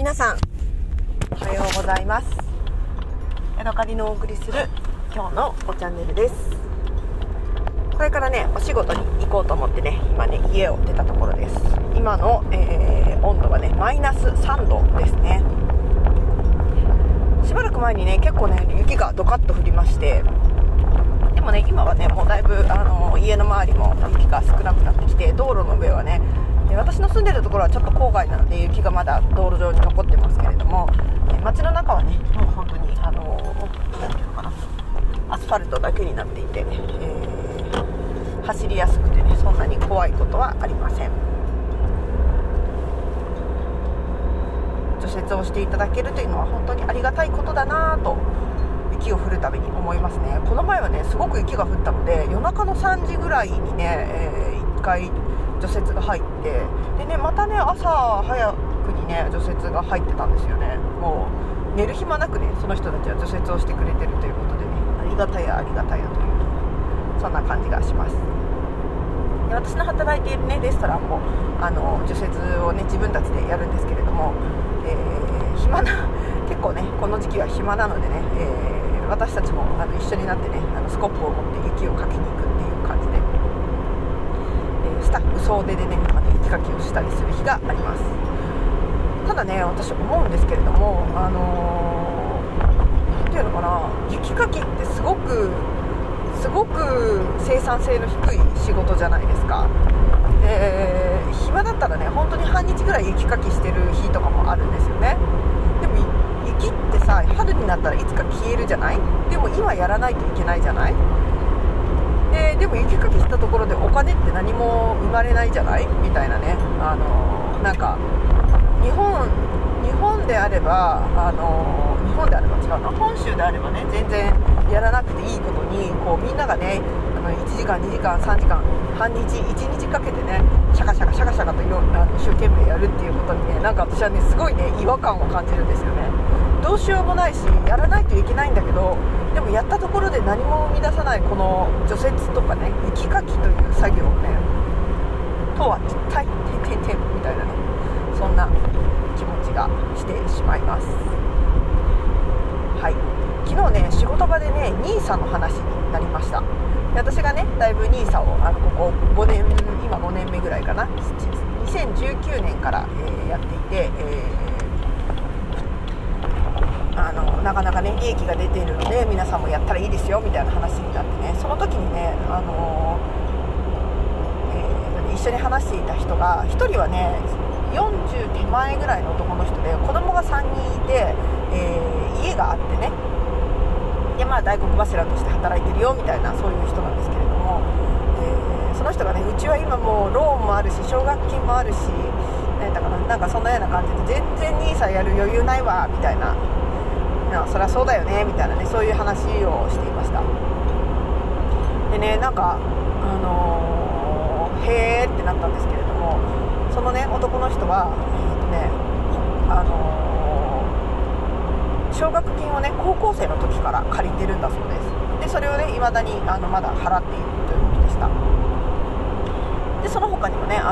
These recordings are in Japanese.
皆さんおはようございます。ヤドカリのお送りする今日のチャンネルです。これからねお仕事に行こうと思ってね今ね家を出たところです。今の、温度がねマイナス3度ですね。しばらく前にね結構ね雪がドカッと降りまして、でもね今はねもうだいぶ家の周りも雪が少なくなってきて、道路の上はね私の住んでるところはちょっと郊外なので雪がまだ道路上に残ってますけれども、街の中はねもう本当になんていうのかな、アスファルトだけになっていて、走りやすくてねそんなに怖いことはありません。除雪をしていただけるというのは本当にありがたいことだなと雪を降るたびに思いますね。この前はねすごく雪が降ったので夜中の3時ぐらいにね、1回除雪が入って、でねまたね朝早くにね除雪が入ってたんですよね。もう寝る暇なくねその人たちは除雪をしてくれてるということでね、ありがたやありがたやというそんな感じがします。で私の働いているねレストランも除雪をね自分たちでやるんですけれども、暇な結構ねこの時期は暇なのでね、私たちも一緒になってねスコップを持って雪をかきに行くっていう感じで、スタッフ総出でね雪かきをしたりする日があります。ただね私思うんですけれどもなんていうのかな、雪かきってすごく生産性の低い仕事じゃないですか。暇だったらね本当に半日ぐらい雪かきしてる日とかもあるんですよね。でも雪ってさ春になったらいつか消えるじゃない。でも今やらないといけないじゃない。でも雪かきしたところでお金って何も生まれないじゃないみたいなね。なんか日本であれば日本であれば違うな、本州であればね全然やらなくていいことにこうみんながね1時間2時間3時間半日1日かけてねシャカシャカシャカシャカと一生懸命やるっていうことにねなんか私はねすごいね違和感を感じるんですよね。どうしようもないしやらないといけないんだけど、でもやったところで何も生み出さないこの除雪とかね雪かきという作業をねとは一体みたいなねそんな気持ちがしてしまいます。はい、昨日ね仕事場でね NISA の話になりました。で私がねだいぶ NISA をここ5年今5年目ぐらいかな、2019年から、やっていて、なかなかね利益が出ているので皆さんもやったらいいですよみたいな話になってね、その時にね、一緒に話していた人が1人はね40手前ぐらいの男の人で子供が3人いて、家があってね、で大黒柱として働いてるよみたいなそういう人なんですけれども、その人がねうちは今もうローンもあるし奨学金もあるしなんかそんなような感じで全然 NISA やる余裕ないわみたいな、そりゃそうだよねみたいなねそういう話をしていました。でねなんかへーってなったんですけれども、そのね男の人は奨学金をね高校生の時から借りてるんだそうです。でそれをね未だにまだ払っているということでした。でその他にもね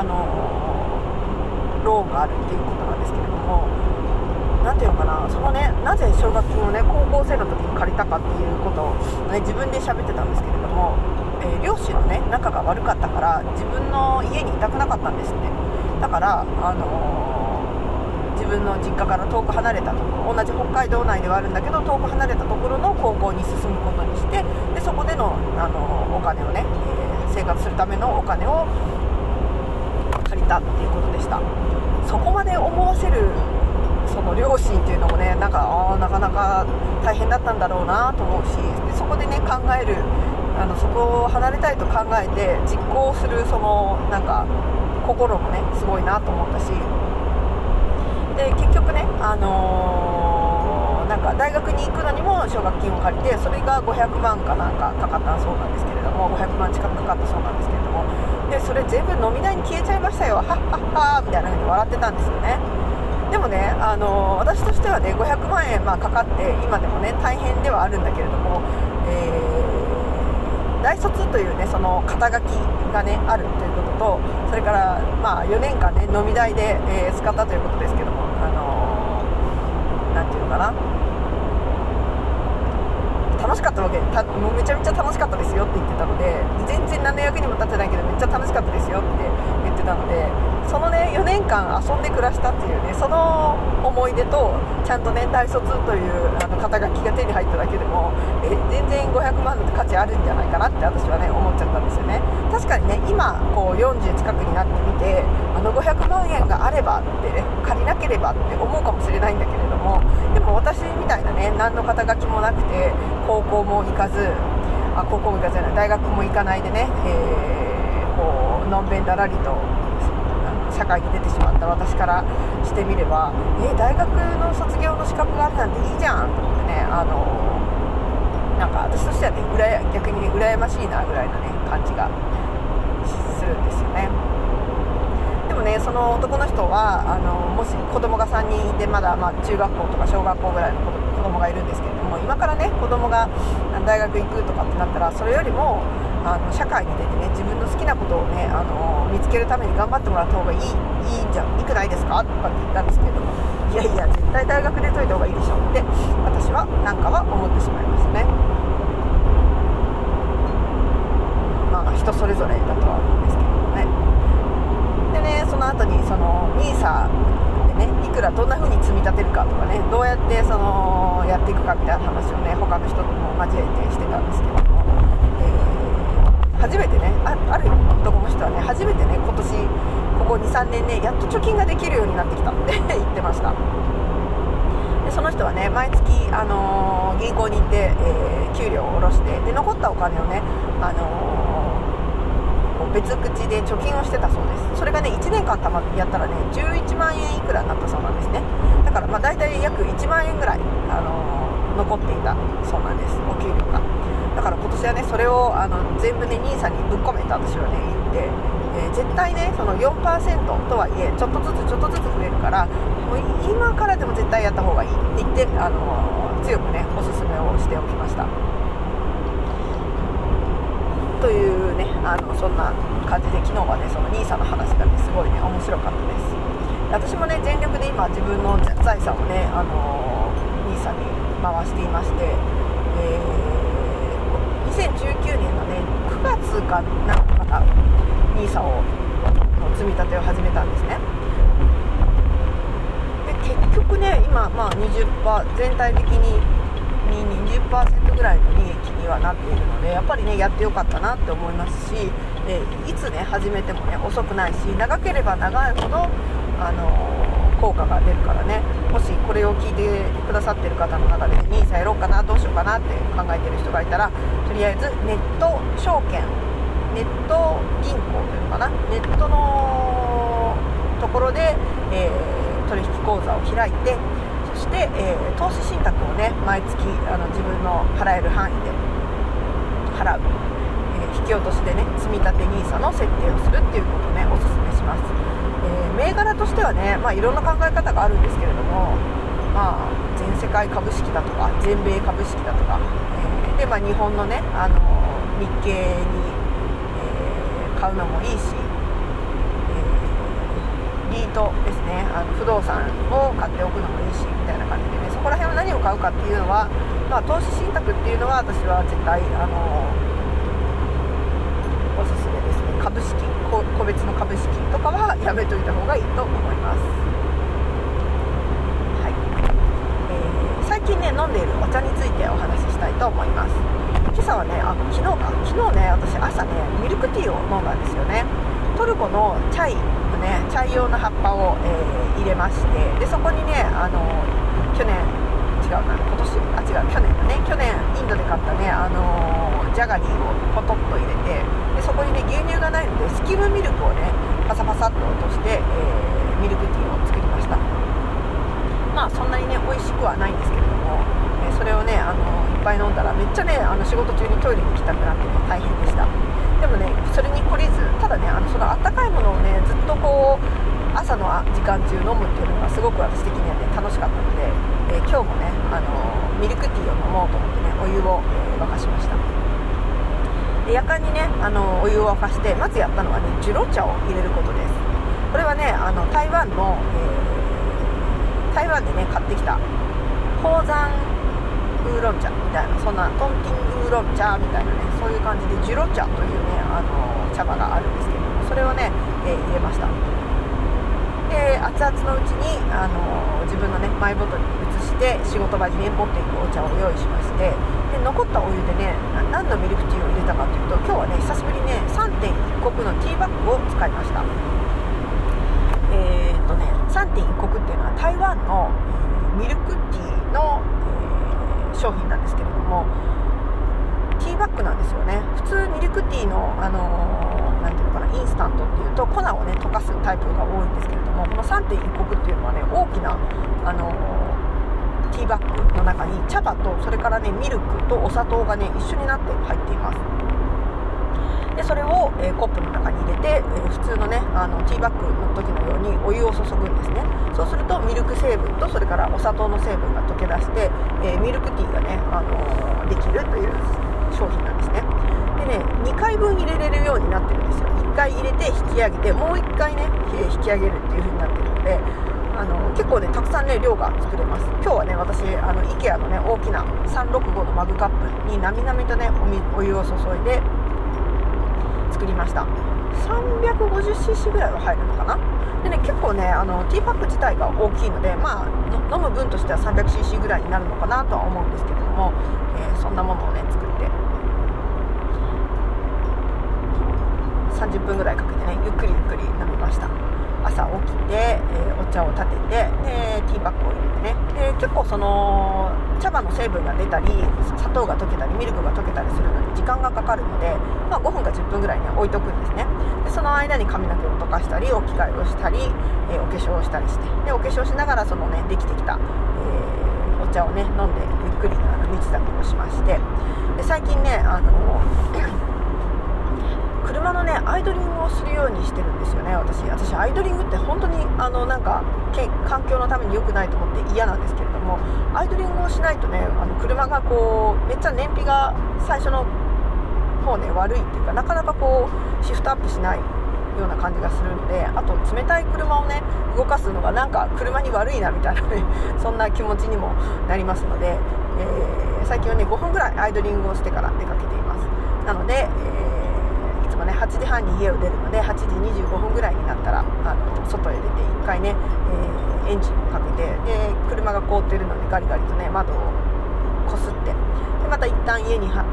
ローンがあるっていうことなんですけれども、なんていうのかな、そのねなぜ奨学金をね高校生の時に借りたかっていうことを、ね、自分で喋ってたんですけれども、両親のね仲が悪かったから自分の家にいたくなかったんですって。だから自分の実家から遠く離れたところ、同じ北海道内ではあるんだけど遠く離れたところの高校に進むことにして、でそこでの、お金をね、生活するためのお金を借りたっていうことでした。そこまで思わせるその両親っていうのもねなかなか大変だったんだろうなと思うし、でそこでね考えるそこを離れたいと考えて実行するそのなんか心もねすごいなと思ったし、で結局ねなんか大学に行くのにも奨学金を借りて、それが500万かなんかかかったそうなんですけれども、500万近くかかったそうなんですけれども、でそれ全部飲み代に消えちゃいましたよ、はっはっはみたいな風に笑ってたんですよね。でもね私としてはね500万円かかって今でもね大変ではあるんだけれども、大卒というねその肩書きがねあるということと、それから4年間ね飲み代で、使ったということですけども、 ていうのかな、楽しかったわけもうめちゃめちゃ楽しかったですよって言ってたので、全然何の役にも立ってないけどめっちゃ楽しかったですよって言ってたので、そのね4年間遊んで暮らしたっていうね、その思い出とちゃんとね大卒という肩書きが手に入っただけでも全然500万の価値あるんじゃないかなって私はね思っちゃったんですよね。確かにね今こう40近くになってみて500万円があればって、ね、借りなければって思うかもしれないんだけれども、でも私みたいなね何の肩書きもなくて高校も行かず高校も行かずじゃない大学も行かないでね、こうのんべんだらりと社会に出てしまった私からしてみれば、大学の卒業の資格があるなんていいじゃんと思ってね、なんか私としてはね逆に羨ましいなぐらいのね感じがするんですよね。でもねその男の人はもし子供が3人いてまだ中学校とか小学校ぐらいの子供がいるんですけれども、今からね子供が大学行くとかってなったら、それよりも社会に出てね自分の好きなことをね見つけるために頑張ってもらった方がいいんじゃいくないですかとかって言ったんですけれども、いやいや絶対大学出といた方がいいでしょって私はなんかは思ってしまいましたね。人それぞれだとは思うんですけどもね。でねその後にその NISA でねいくらどんな風に積み立てるかとかね、どうやってそのやっていくかみたいな話をね他の人とも交えてしてたんですけども、初めてねある男の人はね初めてね今年ここ 2,3 年ねやっと貯金ができるようになってきたって言ってました。でその人はね毎月、銀行に行って、給料を下ろしてで残ったお金をね、別口で貯金をしてたそうです。それがね1年間やったらね11万円いくらになったそうなんですね。だからだいたい約1万円ぐらい、残っていたそうなんです、お給料が。だから今年はねそれを全部ね NISA にぶっ込めと私はね言って、絶対ねその 4% とはいえちょっとずつ増えるから、もう今からでも絶対やった方がいいって言って強くねおすすめをしておきました。というねそんな感じで昨日はねその NISA の話がねすごいね面白かったです。私もね全力で今自分の財産をねNISA に回していまして、2019年のね9月かなんかから NISA を積み立てを始めたんですね。で結局ね今20%全体的に20% ぐらいの利益にはなっているので、やっぱりねやってよかったなって思いますし、いつね始めてもね遅くないし、長ければ長いほど効果が出るからね、もしこれを聞いてくださってる方の中で NISA やろうかなどうしようかなって考えてる人がいたら、とりあえずネット証券ネット銀行というのかな、ネットのところで、取引口座を開いて、そして、投資信託をね毎月自分の払える範囲で払う、引き落としでね積み立て NISA の設定をするっていうことをねおすすめします。銘柄としてはね、いろんな考え方があるんですけれども、全世界株式だとか全米株式だとか、で日本のね日経に、買うのもいいし、リートですね不動産を買っておくのもいいしみたいな感じでね、そこら辺は何を買うかっていうのは、投資信託っていうのは私は絶対おすすめですね。株式個別の株式とかはやめといた方がいいと思います。はい、最近ね飲んでいるお茶についてお話ししたいと思います。今朝はね昨日ね私朝ねミルクティーを飲んだんですよね。トルコのチャイ用の葉っぱを、入れまして、でそこにね去年インドで買ったねジャガリーをポトッと入れて、でそこにね牛乳がないのでスキムミルクをねパサパサっと落として、ミルクティーを作りました。そんなにね美味しくはないんですけれども、それをねいっぱい飲んだらめっちゃね仕事中にトイレに行きたくなって大変でした。でもねそれに懲りず、ただねそのあったかいものをねずっとこう朝の時間中飲むっていうのがすごく私的にはね楽しかったので、今日もねミルクティーを飲もうと思ってねお湯を、沸かしました。で夜間にねお湯を沸かして、まずやったのはねジュロ茶を入れることです。これはね台湾でね買ってきた鉱山ウーロン茶みたいな、そんなトンティンウーロン茶みたいなね、そういう感じでジュロ茶というね茶葉があるんですけれども、それをね、入れました。で熱々のうちに自分のねマイボトルに移して仕事場にね持っていくお茶を用意しまして、で残ったお湯でね何のミルクティーを入れたかというと、今日はね久しぶりにね 3.1 石のティーバッグを使いました。3.1 石っていうのは台湾のミルクティーの商品なんですけれども、ティーバッグなんですよね。普通ミルクティーのなんていうのかな、インスタントっていうと粉をね溶かすタイプが多いんですけれども、この 3.1 石っていうのはね大きなティーバッグの中に茶葉とそれからねミルクとお砂糖がね一緒になって入っています。でそれを、コップの中に入れて、普通のねティーバッグの時のようにお湯を注ぐんですね。そうするとミルク成分とそれからお砂糖の成分が溶け出して、ミルクティーがね、できるという商品なんですね。でね2回分入れれるようになってるんですよ。1回入れて引き上げてもう1回ね引き上げるっていう風になってるので、結構ねたくさんね量が作れます。今日はね私IKEA のね大きな365のマグカップになみなみとねお湯を注いで作りました。 350cc ぐらいは入るのかな。でね結構ねティーバッグ自体が大きいので、まあ飲む分としては 300cc ぐらいになるのかなとは思うんですけれども、そんなものをね作って30分ぐらいかけてねゆっくり飲みました。朝起きて、お茶を立てて、でティーバッグを入れてね、で結構その茶葉の成分が出たり砂糖が溶けたりミルクが溶けたりするのに時間がかかるので、まあ、5分か10分ぐらいね置いとくんですね。でその間に髪の毛を溶かしたりお着替えをしたり、お化粧をしたりして、でお化粧しながらそのねできてきた、お茶をね飲んでゆっくり道咲きをしまして、で最近ね車のねアイドリングをするようにしてるんですよね。私アイドリングって本当になんか環境のために良くないと思って嫌なんですけれども、アイドリングをしないとね車がこうめっちゃ燃費が最初の方ね悪いっていうか、なかなかこうシフトアップしないような感じがするので、あと冷たい車をね動かすのがなんか車に悪いなみたいなねそんな気持ちにもなりますので、最近はね5分ぐらいアイドリングをしてから出かけています。なので、8時半に家を出るので8時25分ぐらいになったら外へ出て1回ね、エンジンをかけて、で車が凍っているのでガリガリとね窓をこすって、でまた一旦家に入って、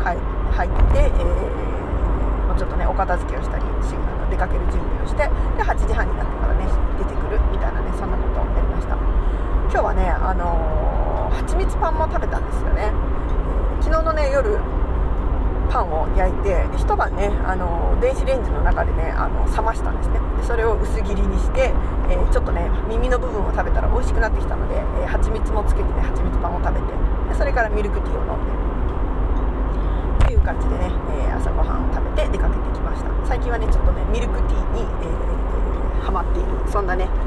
もうちょっとねお片付けをしたり出かける準備をして、で8時半になってからね出てくるみたいなね、そんなことをやりました。今日はね蜂蜜パンも食べたんですよね。昨日のね夜パンを焼いて一晩ね電子レンジの中でね冷ましたんですね。でそれを薄切りにして、ちょっとね耳の部分を食べたら美味しくなってきたので、蜂蜜もつけてね蜂蜜パンを食べて、でそれからミルクティーを飲んでという感じでね、朝ごはんを食べて出かけてきました。最近はねちょっとねミルクティーに、ハマっている、そんなね、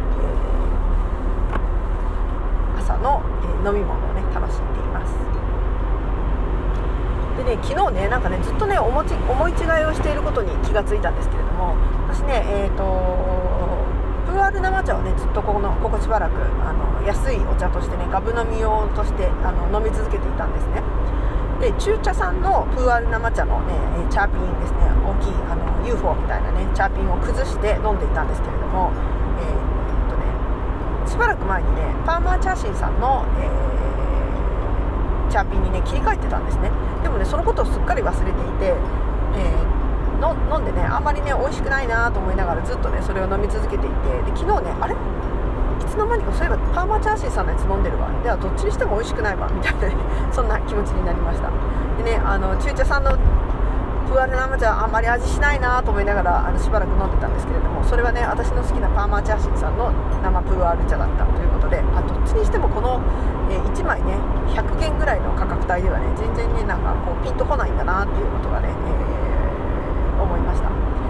朝の、飲み物をね楽しんでいます。でね、昨日ねなんかねずっとね思い違いをしていることに気がついたんですけれども、私ねプーアール生茶をねずっとここしばらく安いお茶としてねガブ飲み用として飲み続けていたんですね。で中茶さんのプーアール生茶のねチャーピンですね、大きいUFO みたいなねチャーピンを崩して飲んでいたんですけれども、しばらく前にねパーマーチャーシンさんの、チャーピンにね切り替えてたんですね。でもねそのことをすっかり忘れていて、飲んでねあんまりね美味しくないなと思いながらずっとねそれを飲み続けていて、で昨日ねあれいつの間にかそういえばパーマーチャーシーさんのやつ飲んでるわ、ではどっちにしても美味しくないわみたいな、ね、そんな気持ちになりました。でね中茶さんのプーアール生茶あんまり味しないなと思いながらしばらく飲んでたんですけれども、それはね私の好きなパーマーチャーシーさんの生プーアール茶だったということで、どっちにしてもこの、1枚ね100元ぐらいの価格帯ではね全然ねなんかこうピンとこないんだなっていうことがね、思いました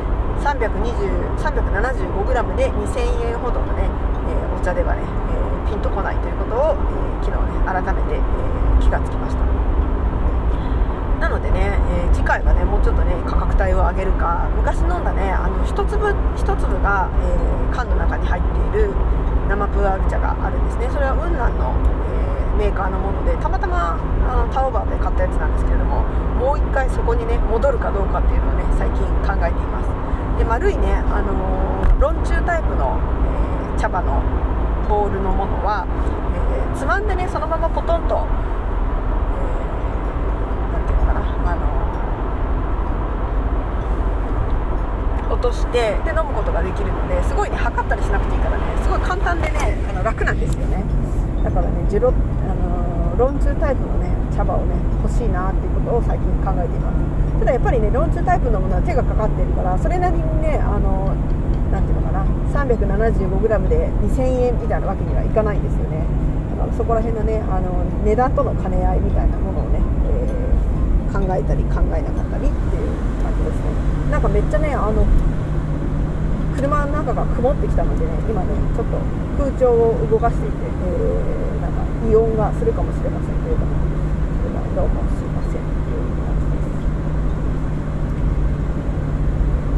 。375g で2000円ほどのね、お茶ではね、ピンとこないということを、昨日ね改めて、気がつきました。なのでね、次回はねもうちょっとね価格帯を上げるか、昔飲んだね一粒一粒が、缶の中に入っている生プーアル茶があるんですね。それは雲南の、メーカーのもので、たまたまタオバーで買ったやつなんですけれども、もう一回そこにね戻るかどうかっていうのをね最近考えています。で、丸いね、ロンチュータイプの、茶葉のボールのものは、つまんでねそのままポトンと、なんていうのかな、落としてで飲むことができるので、すごいね測ったりしなくていいからね、すごい簡単でね楽なんですよね。だからねロンチュータイプのね茶葉をね欲しいなっていうことを最近考えています。ただやっぱりねロンチュータイプのものは手がかかっているから、それなりにねなんていうのかな、 375g で2000円みたいなわけにはいかないんですよね。だからそこら辺のね値段との兼ね合いみたいなものをね、考えたり考えなかったりっていう感じですね。なんかめっちゃね車の中が曇ってきたのでね、今ねちょっと空調を動かしていて、なんか異音がするかもしれませんけれども、それはどうもすいませんっていう感じです。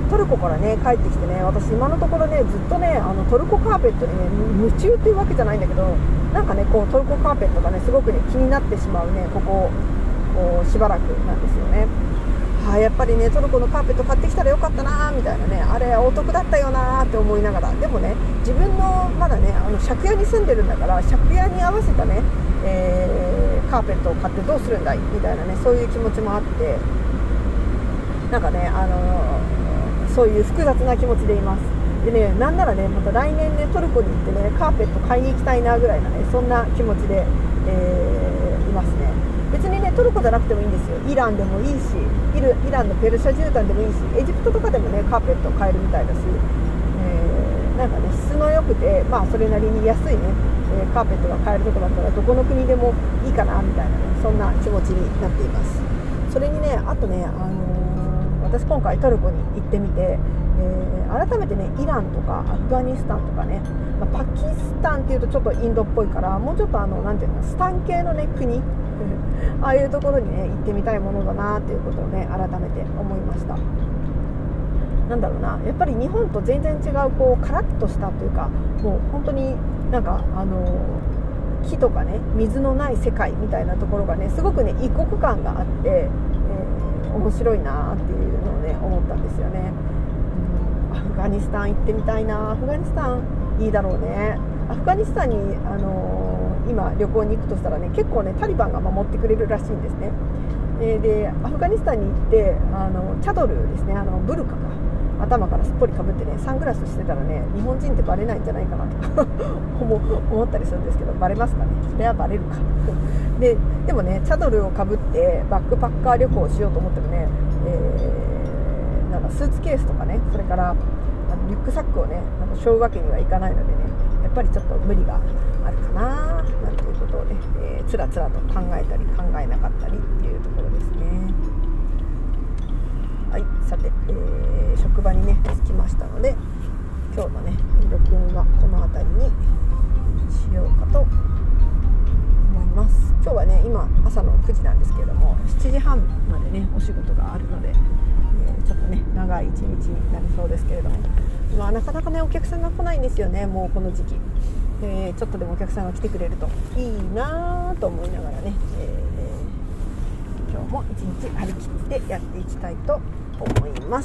トルコからね帰ってきてね、私今のところねずっとねトルコカーペットにね夢中っていうわけじゃないんだけど、なんかねこうトルコカーペットがねすごくね気になってしまうね、ここしばらくなんですよね。やっぱりねトルコのカーペット買ってきたらよかったなみたいなね、あれお得だったよなって思いながら、でもね自分のまだね借家に住んでるんだから、借家に合わせたね、カーペットを買ってどうするんだいみたいなね、そういう気持ちもあって、なんかねそういう複雑な気持ちでいます。でね、なんならねまた来年ねトルコに行ってねカーペット買いに行きたいなぐらいなね、そんな気持ちで、いますね。別にねトルコじゃなくてもいいんですよ。イランでもいいし、イランのペルシャ絨毯でもいいし、エジプトとかでもねカーペット買えるみたいだし、なんかね質の良くて、それなりに安いね、カーペットが買えるとこだったらどこの国でもいいかなみたいなね、そんな気持ちになっています。それにねあとね、私今回トルコに行ってみて、改めてねイランとかアフガニスタンとかね、パキスタンっていうとちょっとインドっぽいから、もうちょっとなんていうの、スタン系のね国ああいうところにね行ってみたいものだなっていうことをね改めて思いました。なんだろうな、やっぱり日本と全然違うこうカラッとしたというか、もう本当になんか木とかね水のない世界みたいなところがねすごくね異国感があって、面白いなっていうのをね思ったんですよね。アフガニスタン行ってみたいな。アフガニスタンいいだろうね。アフガニスタンに、今旅行に行くとしたらね結構ねタリバンが守ってくれるらしいんですね。でアフガニスタンに行ってチャドルですね、ブルカか頭からすっぽりかぶってねサングラスしてたらね日本人ってバレないんじゃないかなとか思ったりするんですけど、バレますかね。それはバレるかでもねチャドルをかぶってバックパッカー旅行をしようと思ってもね、なんかスーツケースとかね、それからリュックサックをね背負うわけにはいかないのでね、やっぱりちょっと無理があるかななんていうことをね、つらつらと考えたり考えなかったりっていうところですね。はい、さて、職場にね着きましたので、今日のね録音はこの辺りにしようかと思います。今日はね今朝の9時なんですけれども、7時半までねお仕事があるので、ちょっとね長い一日になりそうですけれども、なかなかねお客さんが来ないんですよね、もうこの時期。ちょっとでもお客さんが来てくれるといいなと思いながらね、今日も一日張り切ってやっていきたいと思います。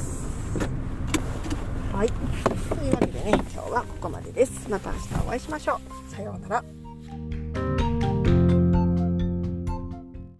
はい、というわけでね今日はここまでです。また明日お会いしましょう。さようなら。